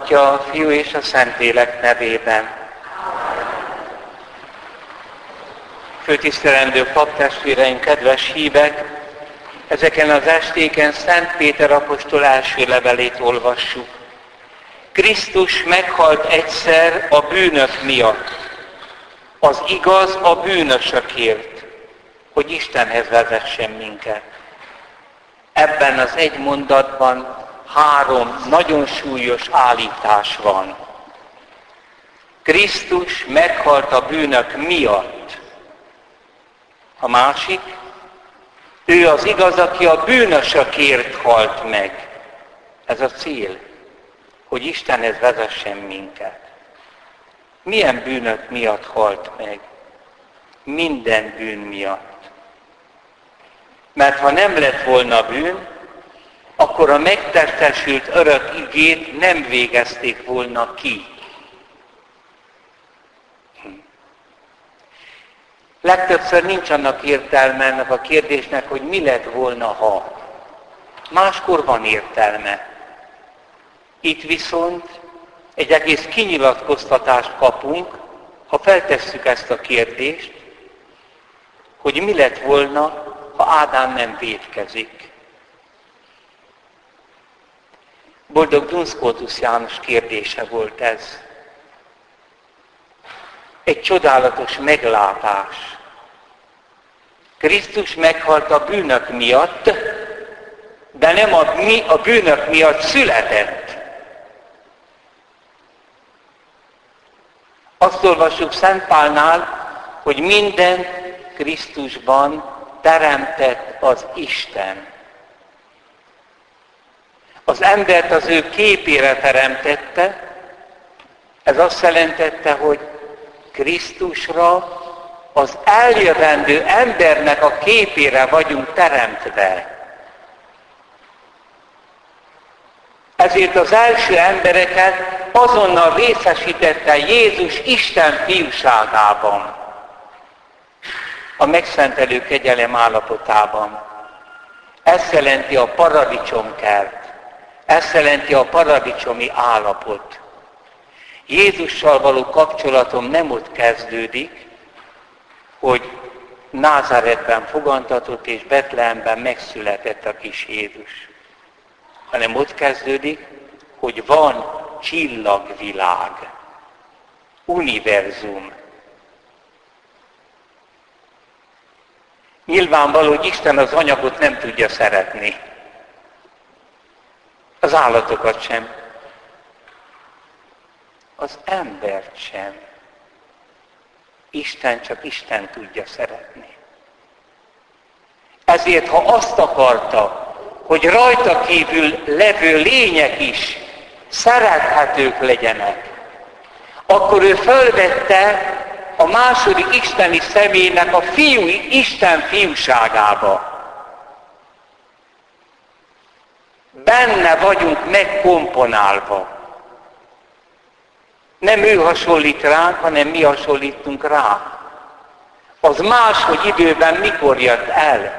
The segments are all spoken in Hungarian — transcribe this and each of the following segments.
Atya, a Fiú és a Szentlélek nevében. Főtisztelendő paptestvéreim, kedves hívek, ezeken az estéken Szent Péter apostol első levelét olvassuk. Krisztus meghalt egyszer a bűnök miatt, az igaz a bűnösökért, hogy Istenhez vezessen minket. Ebben az egy mondatban 3 nagyon súlyos állítás van. Krisztus meghalt a bűnök miatt. A másik, ő az igaz, aki a bűnösökért halt meg. Ez a cél, hogy Istenhez vezessen minket. Milyen bűnök miatt halt meg? Minden bűn miatt. Mert ha nem lett volna bűn, akkor a megtestesült örök igét nem végezték volna ki. Legtöbbször nincs annak értelme ennek a kérdésnek, hogy mi lett volna, ha. Máskor van értelme. Itt viszont egy egész kinyilatkoztatást kapunk, ha feltesszük ezt a kérdést, hogy mi lett volna, ha Ádám nem vétkezik. Boldog Duns Scotus János kérdése volt ez. Egy csodálatos meglátás. Krisztus meghalt a bűnök miatt, de nem a bűnök miatt született. Azt olvassuk Szent Pálnál, hogy minden Krisztusban teremtett az Isten. Az embert az ő képére teremtette, ez azt jelentette, hogy Krisztusra, az eljövendő embernek a képére vagyunk teremtve. Ezért az első embereket azonnal részesítette Jézus Isten fiúságában, a megszentelő kegyelem állapotában. Ez jelenti a paradicsomkert, ez jelenti a paradicsomi állapot. Jézussal való kapcsolatom nem ott kezdődik, hogy Názáretben fogantatott és Betlehemben megszületett a kis Jézus, hanem ott kezdődik, hogy van csillagvilág, univerzum. Nyilvánvaló, hogy Isten az anyagot nem tudja szeretni. Az állatokat sem. Az embert sem. Isten csak Isten tudja szeretni. Ezért, ha azt akarta, hogy rajta kívül levő lények is szerethetők legyenek, akkor ő fölvette a második isteni személynek a fiú Isten fiúságába. Benne vagyunk megkomponálva. Nem ő hasonlít ránk, hanem mi hasonlítunk rá. Az más, hogy időben mikor jött el.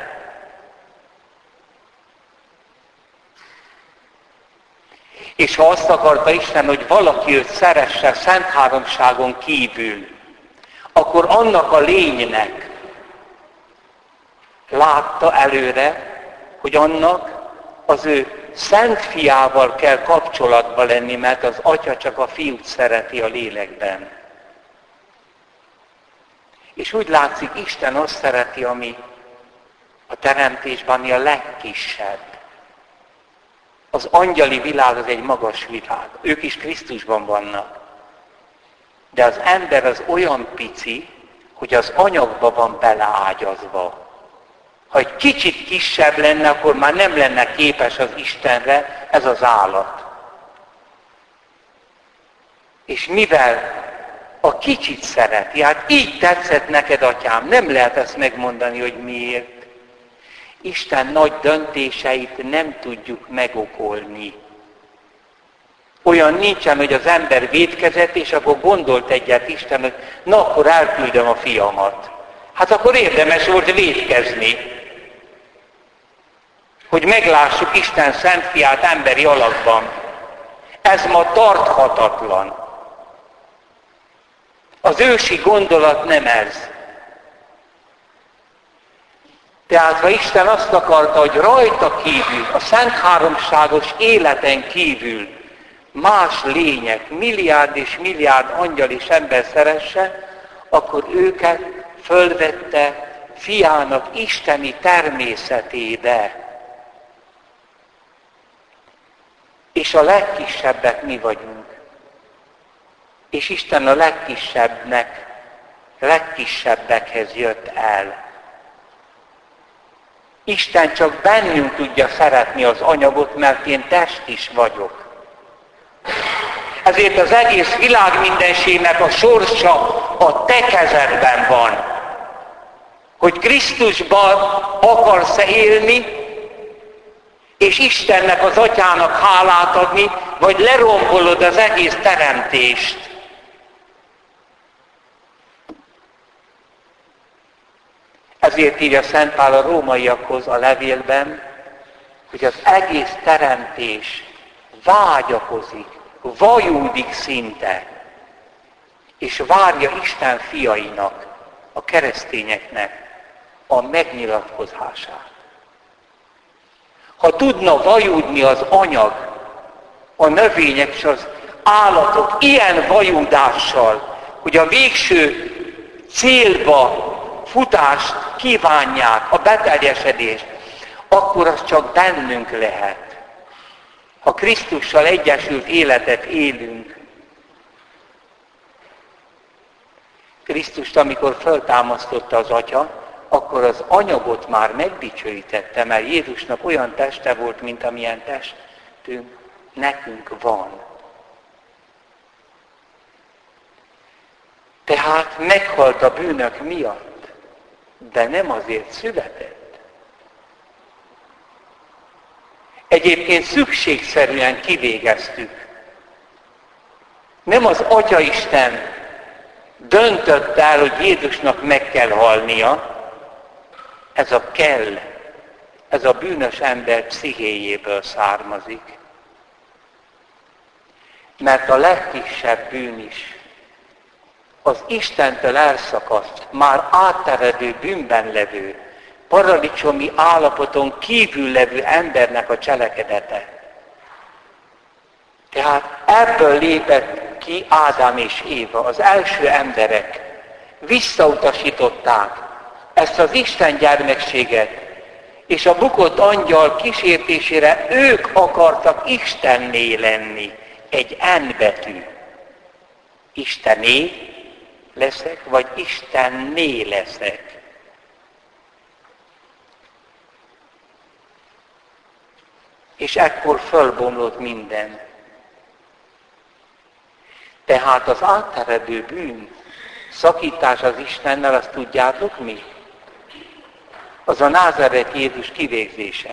És ha azt akarta Isten, hogy valaki őt szeresse Szent Háromságon kívül, akkor annak a lénynek látta előre, hogy annak az ő Szent Fiával kell kapcsolatba lenni, mert az Atya csak a Fiút szereti a lélekben. És úgy látszik, Isten azt szereti, ami a teremtésben, ami a legkisebb. Az angyali világ az egy magas világ. Ők is Krisztusban vannak. De az ember az olyan pici, hogy az anyagba van beleágyazva. Ha egy kicsit kisebb lenne, akkor már nem lenne képes az Istenre, ez az állat. És mivel a kicsit szereti, hát így tetszett neked, atyám, nem lehet ezt megmondani, hogy miért. Isten nagy döntéseit nem tudjuk megokolni. Olyan nincsen, hogy az ember vétkezett, és akkor gondolt egyet Isten, hogy na akkor elküldöm a fiamat. Hát akkor érdemes volt vétkezni. Hogy meglássuk Isten szent fiát emberi alakban. Ez ma tarthatatlan. Az ősi gondolat nem ez. Tehát ha Isten azt akarta, hogy rajta kívül, a Szent Háromságos életen kívül más lények, milliárd és milliárd angyal és ember szeresse, akkor őket fölvette fiának isteni természetébe. És a legkisebbek mi vagyunk. És Isten a legkisebbekhez jött el. Isten csak bennünk tudja szeretni az anyagot, mert én test is vagyok. Ezért az egész világ mindenségnek a sorsa a te kezedben van. Hogy Krisztusban akarsz élni, és Istennek, az Atyának hálát adni, vagy lerombolod az egész teremtést. Ezért írja Szent Pál a rómaiakhoz a levélben, hogy az egész teremtés vágyakozik, vajúdik szinte, és várja Isten fiainak, a keresztényeknek a megnyilatkozását. Ha tudna vajúdni az anyag, a növények és az állatok ilyen vajúdással, hogy a végső célba futást kívánják, a beteljesedést, akkor az csak bennünk lehet. Ha Krisztussal egyesült életet élünk, Krisztust, amikor föltámasztotta az Atya, akkor az anyagot már megdicsőítette, mert Jézusnak olyan teste volt, mint amilyen testünk nekünk van. Tehát meghalt a bűnök miatt, de nem azért született. Egyébként szükségszerűen kivégeztük. Nem az Atyaisten döntött el, hogy Jézusnak meg kell halnia, ez a kell, ez a bűnös ember pszichéjéből származik. Mert a legkisebb bűn is az Istentől elszakadt, már átteredő bűnben levő, paradicsomi állapoton kívül levő embernek a cselekedete. Tehát ebből lépett ki Ádám és Éva, az első emberek. Visszautasították ezt az Isten gyermekséget, és a bukott angyal kísértésére ők akartak Istenné lenni, egy N betű. Istené leszek, vagy Istenné leszek. És ekkor fölbomlott minden. Tehát az átteredő bűn, szakítás az Istennel, azt tudjátok mi? Az a názáreti Jézus kivégzése.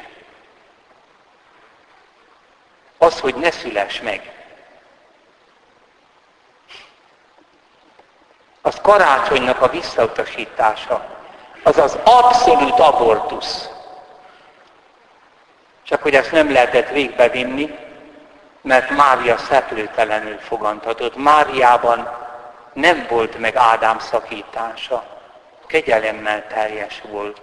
Az, hogy ne szüless meg. Az karácsonynak a visszautasítása. Az az abszolút abortusz. Csak hogy ezt nem lehetett végbevinni, mert Mária szeplőtelenül fogantatott. Máriában nem volt meg Ádám szakítása. Kegyelemmel teljes volt.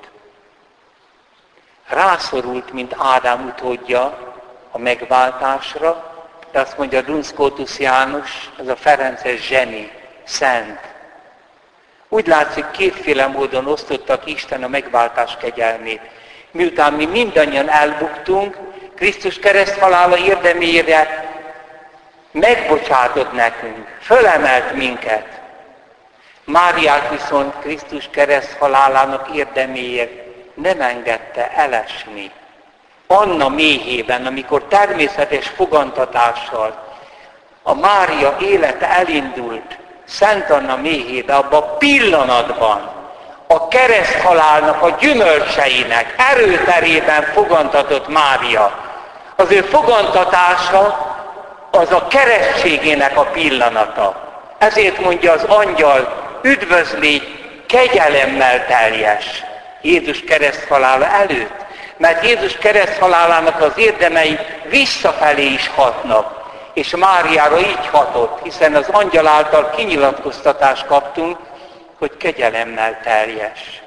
Rászorult, mint Ádám utódja a megváltásra, de azt mondja Duns Scotus János, ez a ferences zseni, szent. Úgy látszik, kétféle módon osztottak Isten a megváltás kegyelmét. Miután mi mindannyian elbuktunk, Krisztus kereszthalála érdemére megbocsátott nekünk, fölemelt minket. Máriát viszont Krisztus kereszthalálának érdeméért nem engedte elesni. Anna méhében, amikor természetes fogantatással a Mária élete elindult, Szent Anna méhébe, abban a pillanatban a kereszthalálnak a gyümölcseinek erőterében fogantatott Mária. Az ő fogantatása az a keresztségének a pillanata. Ezért mondja az angyal, üdvözlégy, kegyelemmel teljes Jézus kereszthalála előtt. Mert Jézus kereszthalálának az érdemei visszafelé is hatnak. és Máriára így hatott, hiszen az angyal által kinyilatkoztatást kaptunk, hogy kegyelemmel teljes.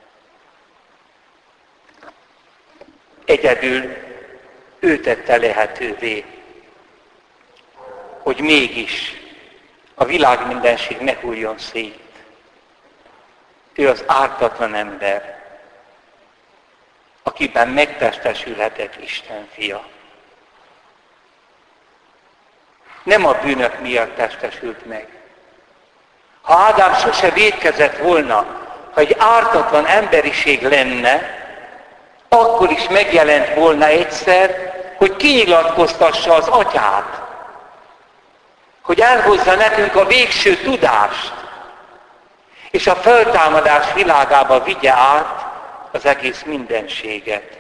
Egyedül ő tette lehetővé, hogy mégis a világ mindenség ne hulljon szét. Ő az ártatlan ember, akiben megtestesülhetett Isten fia. Nem a bűnök miatt testesült meg. Ha Ádám sose vétkezett volna, ha egy ártatlan emberiség lenne, akkor is megjelent volna egyszer, hogy kinyilatkoztassa az atyát, hogy elhozza nekünk a végső tudást, és a feltámadás világába vigye át az egész mindenséget.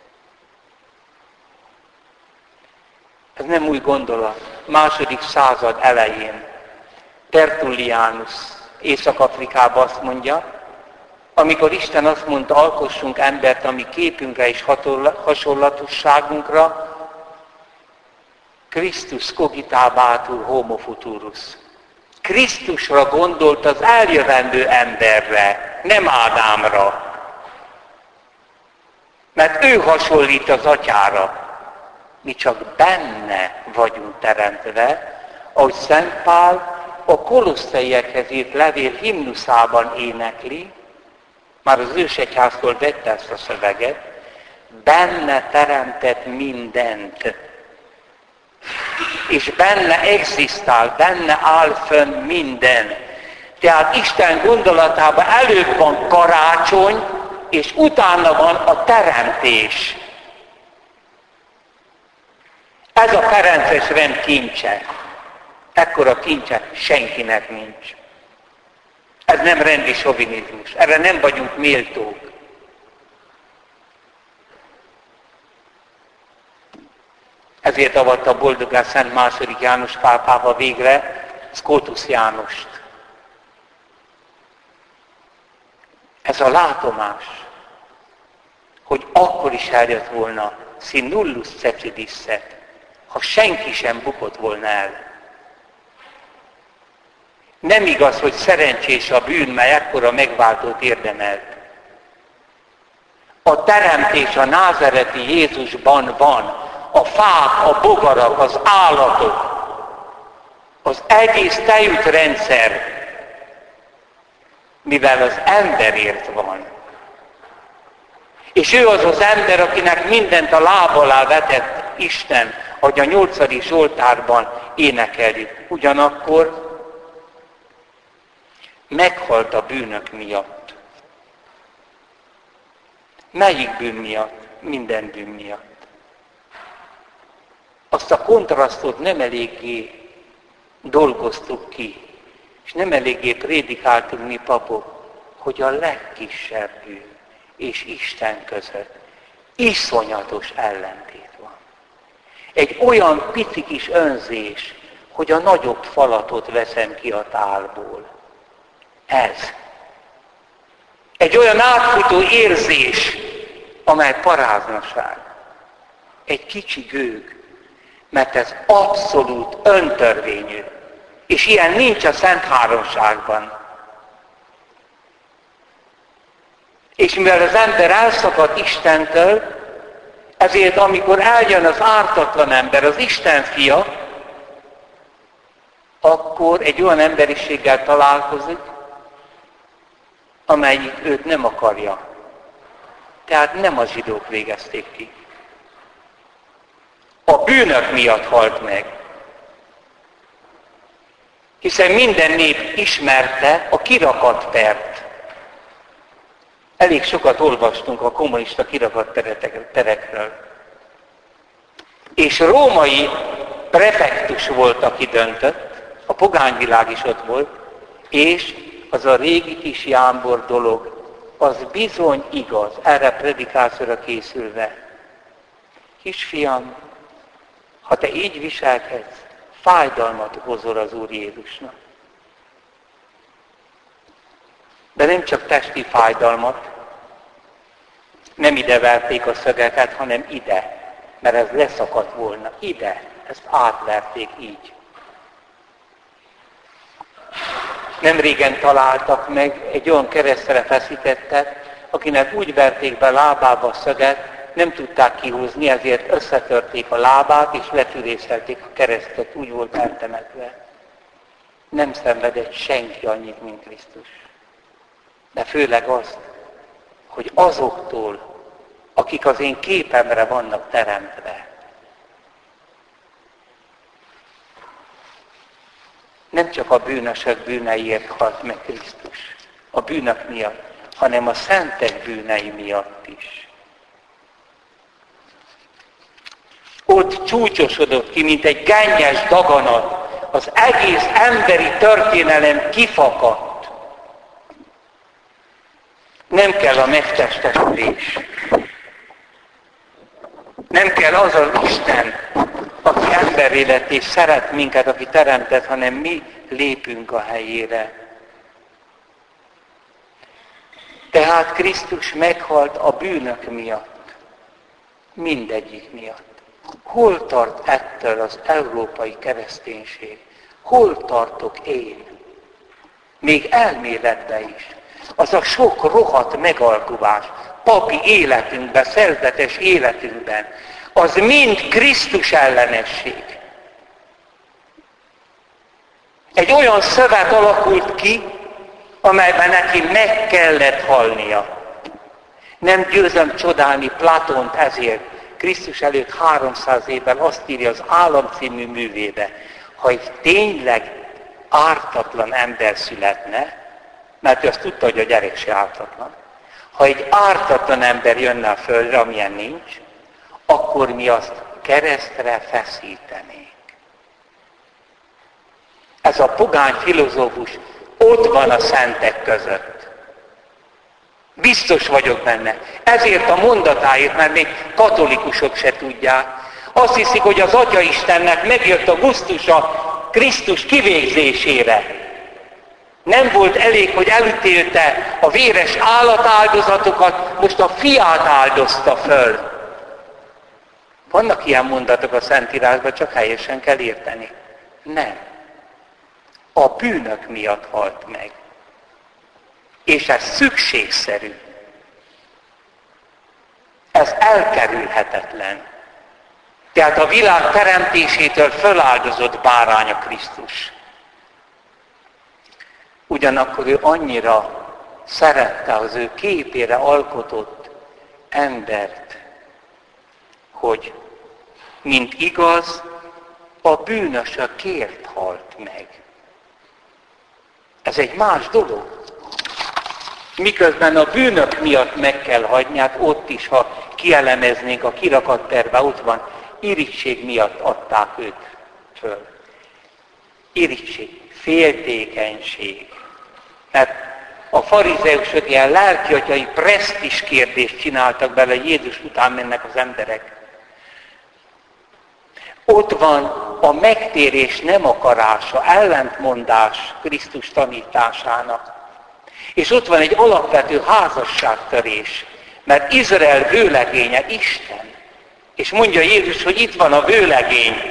Ez nem új gondolat. Második század elején Tertullianus Észak-Afrikában azt mondja, amikor Isten azt mondta, alkossunk embert a mi képünkre és hasonlatosságunkra, Christus cogitabatur homo futurus. Krisztusra gondolt, az eljövendő emberre, nem Ádámra. Mert ő hasonlít az atyára. Mi csak benne vagyunk teremtve, ahogy Szent Pál a Kolosszaiekhez írt levél himnuszában énekli, már az ősegyháztól vette ezt a szöveget, benne teremtett mindent. És benne egzisztál, benne áll fönn minden. Tehát Isten gondolatában előbb van karácsony, és utána van a teremtés. Ez a ferences rend kincse. Ekkora kincse senkinek nincs. Ez nem rendi sovinizmus. Erre nem vagyunk méltók. Ezért avatta boldogá Szent II. János Pál pápa végre Scotus Jánost. Ez a látomás, hogy akkor is eljött volna si nullus cecidisset, ha senki sem bukott volna el. Nem igaz, hogy szerencsés a bűn, mely ekkora megváltót érdemelt. A teremtés a názareti Jézusban van. A fák, a bogarak, az állatok, az egész tejútrendszer, mivel az emberért van. És ő az az ember, akinek mindent a lába alá vetett Isten, ahogy a 8. Zsoltárban énekeljük. Ugyanakkor meghalt a bűnök miatt. Melyik bűn miatt? Minden bűn miatt. Azt a kontrasztot nem eléggé dolgoztuk ki, és nem eléggé prédikáltunk mi papok, hogy a legkisebb bűn és Isten között iszonyatos ellentét van. Egy olyan pici kis önzés, hogy a nagyobb falatot veszem ki a tálból. Ez. Egy olyan átfutó érzés, amely paráznaság. Egy kicsi gőg. Mert ez abszolút öntörvényű. És ilyen nincs a Szent Háromságban. És mivel az ember elszakad Istentől, ezért amikor eljön az ártatlan ember, az Isten fia, akkor egy olyan emberiséggel találkozik, amelyik őt nem akarja. Tehát nem a zsidók végezték ki. A bűnök miatt halt meg. Hiszen minden nép ismerte a kirakadt pert. Elég sokat olvastunk a kommunista kirakadt perekről. És római prefektus volt, aki döntött, a pogányvilág is ott volt, és az a régi kis jámbor dolog, az bizony igaz, erre predikációra készülve. Kisfiam, ha te így viselkedsz, fájdalmat okozol az Úr Jézusnak. De nem csak testi fájdalmat, nem ide verték a szögeket, hanem ide. mert ez leszakadt volna. Ide, ezt átverték így. Nemrégen találtak meg egy olyan keresztre feszítettet, akinek úgy verték be lábába a szöget, nem tudták kihúzni, ezért összetörték a lábát, és lefűrészelték a keresztet, úgy volt eltemetve. Nem szenvedett senki annyit, mint Krisztus. De főleg azt, hogy azoktól, akik az én képemre vannak teremtve, nem csak a bűnösök bűneiért halt meg Krisztus, a bűnök miatt, hanem a szentek bűnei miatt is. Ott csúcsosodott ki, mint egy gennyes daganat, az egész emberi történelem kifakadt. Nem kell a megtestesülés. Nem kell az az Isten, aki emberré lett és szeret minket, aki teremtett, hanem mi lépünk a helyére. Tehát Krisztus meghalt a bűnök miatt. Mindegyik miatt. Hol tart ettől az európai kereszténység? Hol tartok én? Még elméletben is. Az a sok rohadt megalkuvás, papi életünkben, szerzetes életünkben, az mind Krisztus ellenesség. Egy olyan szövet alakult ki, amelyben neki meg kellett halnia. Nem győzöm csodálni Platont ezért. Krisztus előtt 300 évvel azt írja az Állam című művébe, ha egy tényleg ártatlan ember születne, mert ő azt tudta, hogy a gyerek se ártatlan, ha egy ártatlan ember jönne a földre, amilyen nincs, akkor mi azt keresztre feszítenénk. Ez a pogány filozófus ott van a szentek között. Biztos vagyok benne. Ezért a mondatáért, mert még katolikusok se tudják. Azt hiszik, hogy az Atya Istennek megjött a gusztusa Krisztus kivégzésére. Nem volt elég, hogy elítélte a véres állatáldozatokat, most a fiát áldozta föl. Vannak ilyen mondatok a Szentírásban, csak helyesen kell érteni. Nem. A bűnök miatt halt meg. És ez szükségszerű. Ez elkerülhetetlen. Tehát a világ teremtésétől föláldozott bárány a Krisztus. Ugyanakkor ő annyira szerette az ő képére alkotott embert, hogy mint igaz, a bűnösökért halt meg. Ez egy más dolog. Miközben a bűnök miatt meg kell hagyni, hát ott is, ha kielemeznénk a kirakatterbe, ott van, irigység miatt adták őt föl. Irigység, féltékenység. Mert a farizeusok ilyen lelkiatyai presztis kérdést csináltak bele, Jézus után mennek az emberek. Ott van a megtérés nem akarása, ellentmondás Krisztus tanításának. És ott van egy alapvető házasságtörés, mert Izrael vőlegénye Isten. És mondja Jézus, hogy itt van a vőlegény.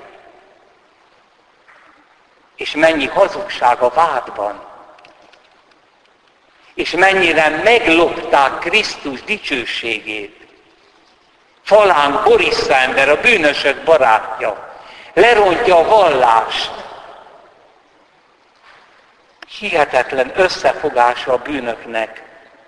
És mennyi hazugság a vádban. És mennyire meglopták Krisztus dicsőségét. Falánk borissza ember, a bűnösök barátja. Lerontja a vallást. Hihetetlen összefogása a bűnöknek.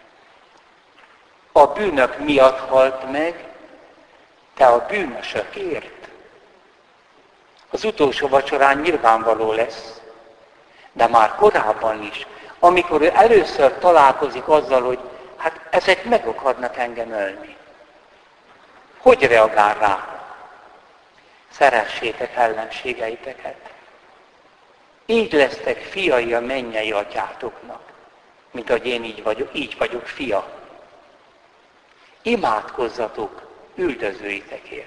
A bűnök miatt halt meg, te a bűnösökért. Az utolsó vacsorán nyilvánvaló lesz, de már korábban is, amikor ő először találkozik azzal, hogy hát ezek meg akarnak engem ölni. Hogy reagál rá? Szeressétek ellenségeiteket. Így lesztek fiai a mennyei atyátoknak, mint ahogy én így vagyok fia. Imádkozzatok üldözőitekért.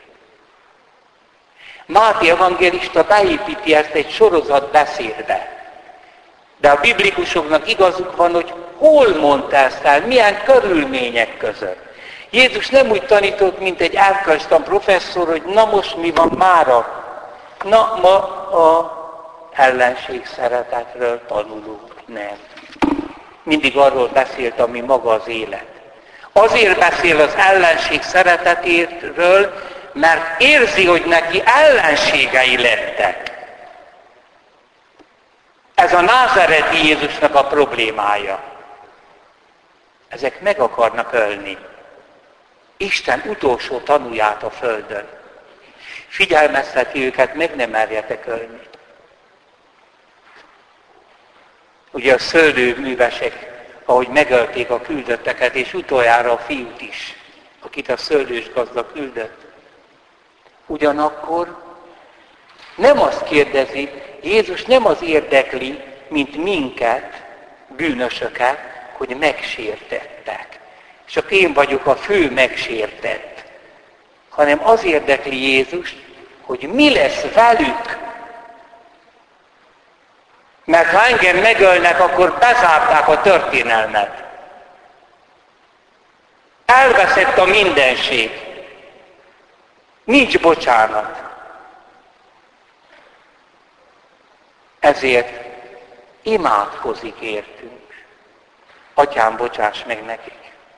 Máté evangélista beépíti ezt egy sorozat beszédbe. De a biblikusoknak igazuk van, hogy hol mondta ezt el, milyen körülmények között. Jézus nem úgy tanított, mint egy erkölcstan professzor, hogy na most mi van mára? Na, ma a ellenség szeretetről tanulunk. Nem. Mindig arról beszélt, ami maga az élet. Azért beszél az ellenség szeretetéről, mert érzi, hogy neki ellenségei lettek. Ez a názáreti Jézusnak a problémája. Ezek meg akarnak ölni. Isten utolsó tanulját a földön. Figyelmezteti őket, meg nem merjetek ölni. Ugye a szőlőművesek, ahogy megölték a küldötteket, és utoljára a fiút is, akit a szőlős gazda küldött. Ugyanakkor nem azt kérdezi, Jézus nem az érdekli, mint minket, bűnösöket, hogy megsértettek. Csak én vagyok a fő megsértett. Hanem az érdekli Jézust, hogy mi lesz velük. Mert ha engem megölnek, akkor bezárták a történelmet. Elveszett a mindenség. Nincs bocsánat. Ezért imádkozik értünk. Atyám, bocsáss meg nekik.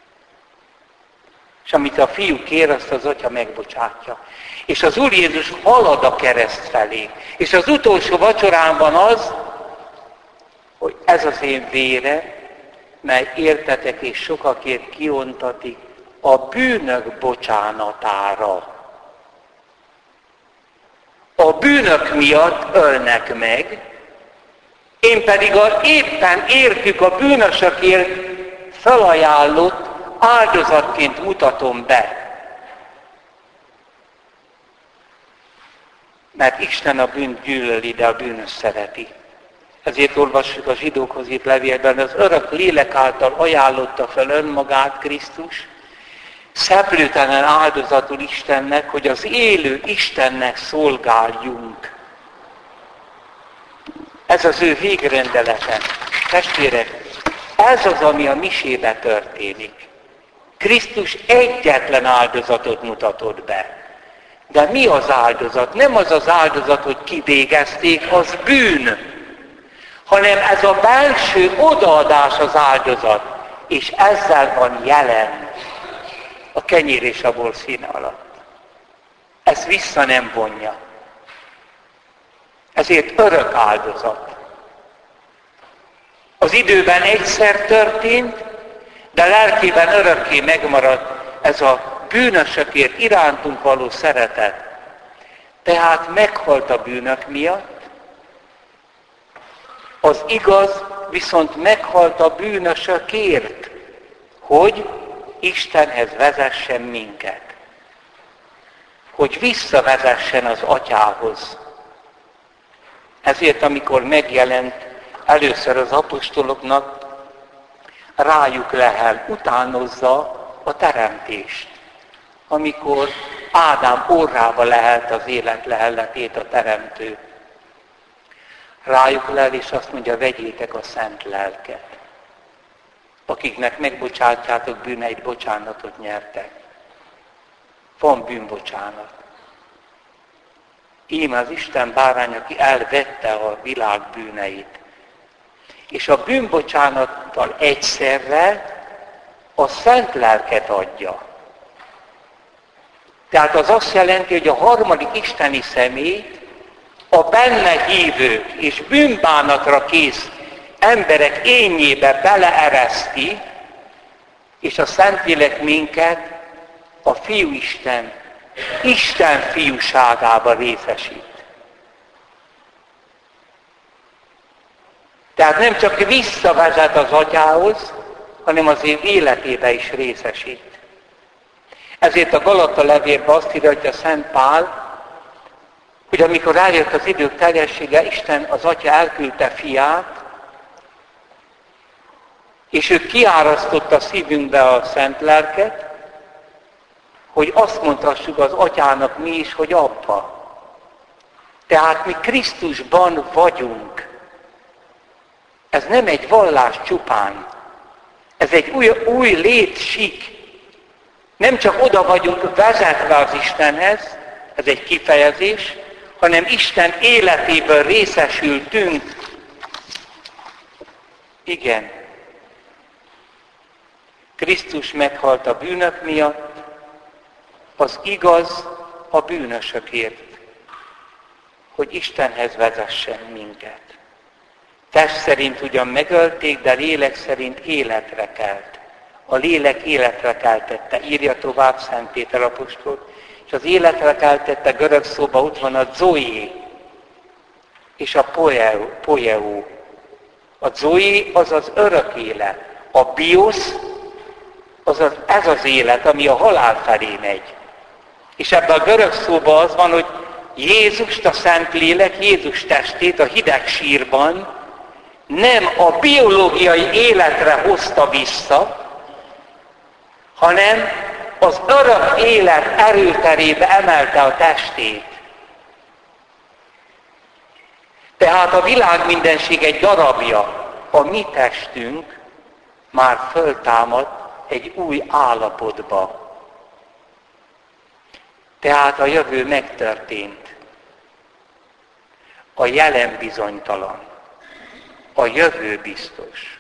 És amit a fiú kér, azt az atya megbocsátja. És az Úr Jézus halad a kereszt felé. És az utolsó vacsorán van az, hogy ez az én vére, mely értetek és sokakért kiontatik a bűnök bocsánatára. A bűnök miatt ölnek meg, én pedig éppen értük a bűnösökért felajánlott áldozatként mutatom be. Mert Isten a bűnt gyűlöli, de a bűnös szereti. Ezért olvassuk a zsidókhoz írt levélben, az örök lélek által ajánlotta fel önmagát Krisztus, szeplőtelen áldozatul Istennek, hogy az élő Istennek szolgáljunk. Ez az ő végrendelete. Testvérek, ez az, ami a misébe történik. Krisztus egyetlen áldozatot mutatott be. De mi az áldozat? Nem az az áldozat, hogy kivégezték, az bűn. Hanem ez a belső odaadás az áldozat. És ezzel van jelen a kenyér és a bor színe alatt. Ez vissza nem vonja. Ezért örök áldozat. Az időben egyszer történt, de lelkében örökké megmaradt ez a bűnösökért irántunk való szeretet. Tehát meghalt a bűnök miatt, az igaz viszont meghalt a bűnösökért, hogy Istenhez vezessen minket. Hogy visszavezessen az Atyához. Ezért, amikor megjelent először az apostoloknak, rájuk lehel, utánozza a teremtést. Amikor Ádám orrába lehelt az élet lehelletét a teremtő. Rájuk lel, és azt mondja, vegyétek a szent lelket. Akiknek megbocsátjátok bűneit, bocsánatot nyertek. Van bűnbocsánat. Íme az Isten bárány, aki elvette a világ bűneit. És a bűnbocsánattal egyszerre a szent lelket adja. Tehát az azt jelenti, hogy a harmadik isteni személyt a benne hívők és bűnbánatra kész emberek énjébe beleereszti, és a Szentlélek minket a Fiúisten, Isten fiúságába részesít. Tehát nem csak visszavezet az Atyához, hanem az én életébe is részesít. Ezért a Galata levélben azt írja Szent Pál, hogy amikor eljött az idők teljessége, Isten az Atya elküldte Fiát, és ő kiárasztotta szívünkbe a Szent Lelket, hogy azt mondhassuk az Atyának mi is, hogy Abba. Tehát mi Krisztusban vagyunk. Ez nem egy vallás csupán. Ez egy új létsik. Nem csak oda vagyunk vezetve az Istenhez, ez egy kifejezés, hanem Isten életéből részesültünk. Igen. Krisztus meghalt a bűnök miatt, az igaz a bűnösökért, hogy Istenhez vezessen minket. Test szerint ugyan megölték, de lélek szerint életre kelt. A lélek életre keltette, írja tovább Szent Péter apostol, és az életre keltette görög szóban ott van a zoé és a poieo. A zoé az az örök élet, a bios ez az élet, ami a halál felé megy. És ebben a görög szóban az van, hogy Jézust, a Szentlélek, Jézus testét a hideg sírban nem a biológiai életre hozta vissza, hanem az örök élet erőterébe emelte a testét. Tehát a világ mindenség egy darabja, a mi testünk már föltámad egy új állapotba. Tehát a jövő megtörtént. A jelen bizonytalan. A jövő biztos.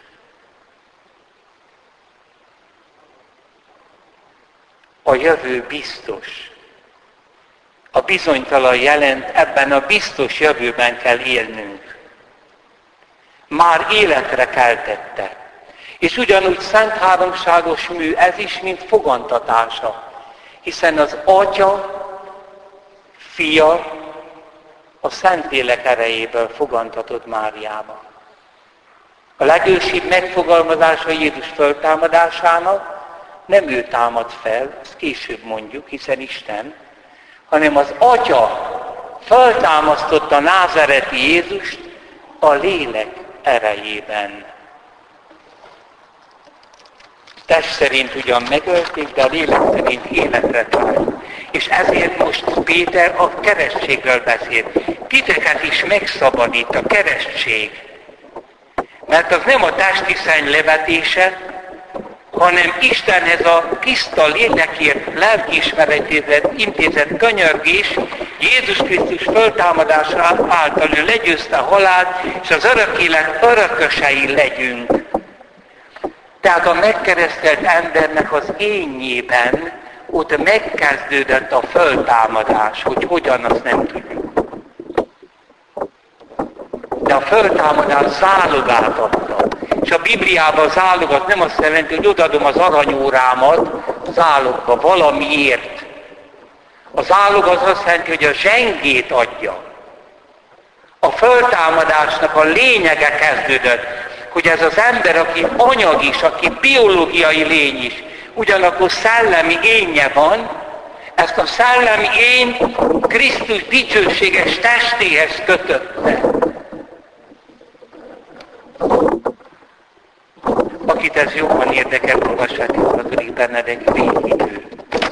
A jövő biztos. A bizonytalan jelent, ebben a biztos jövőben kell élnünk. Már életre keltette. És ugyanúgy szent háromságos mű ez is, mint fogantatása. Hiszen az Atya, Fia a Szentlélek erejéből fogantatott Máriába. A legősibb megfogalmazása Jézus föltámadásának nem ő támad fel, ezt később mondjuk, hiszen Isten, hanem az Atya föltámasztotta názáreti Jézust a lélek erejében. Test szerint ugyan megölték, de a lélek szerint életre talált. És ezért most Péter a keresztségről beszél. Titeket is megszabadít a keresztség. Mert az nem a testi szenny levetése, hanem Istenhez a tiszta lélekért lelkiismeretére intézett könyörgés, Jézus Krisztus föltámadása által ő legyőzte a halált, és az örök élet örökösei legyünk. Tehát a megkeresztelt embernek az énjében ott megkezdődött a föltámadás, hogy hogyan, azt nem tudjuk. De a föltámadás zálogát adta. És a Bibliában a zálog az nem azt jelenti, hogy odaadom az aranyórámat zálogba valamiért. A zálog az azt jelenti, hogy a zsengét adja. A föltámadásnak a lényege kezdődött, hogy ez az ember, aki anyag is, aki biológiai lény is, ugyanakkor szellemi énje van, ezt a szellemi ényt Krisztus dicsőséges testéhez kötötte. Akit ez jobban érdekel, olvassák 16. Benedek végidő.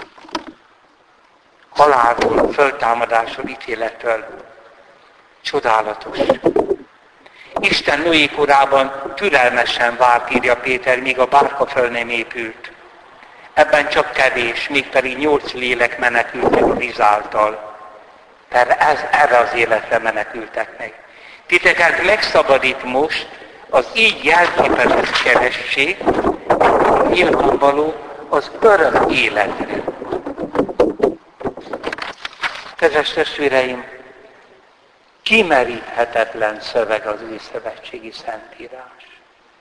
Halálról, föltámadásról, ítéletről. Csodálatos. Isten Noé korában türelmesen várt, írja Péter, míg a bárka föl nem épült. Ebben csak kevés, mégpedig 8 lélek menekült meg a víz által. Erre az életre menekültek meg. Titeket megszabadít most az így jelképezett keresztség, nyilvánvaló az örök életre. Kedves testvéreim, kimeríthetetlen szöveg az új szövetségi Szentírás.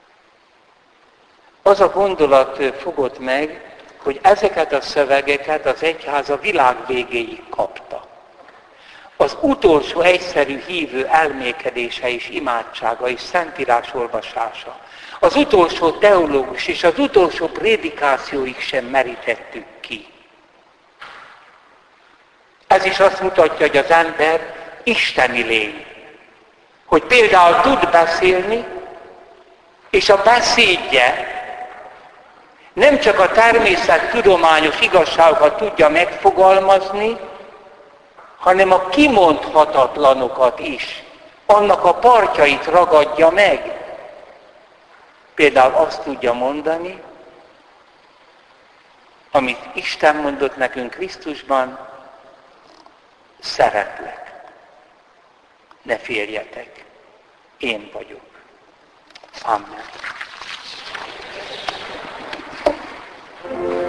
Az a gondolat fogott meg, hogy ezeket a szövegeket az egyház a világ végéig kapta. Az utolsó egyszerű hívő elmékedése és imádsága és szentírás olvasása, az utolsó teológus és az utolsó prédikációig sem merítettük ki. Ez is azt mutatja, hogy az ember isteni lény. Hogy például tud beszélni, és a beszédje nem csak a természettudományos igazságokat tudja megfogalmazni, hanem a kimondhatatlanokat is, annak a partjait ragadja meg. Például azt tudja mondani, amit Isten mondott nekünk Krisztusban, szeretlek, ne féljetek, én vagyok. Amen.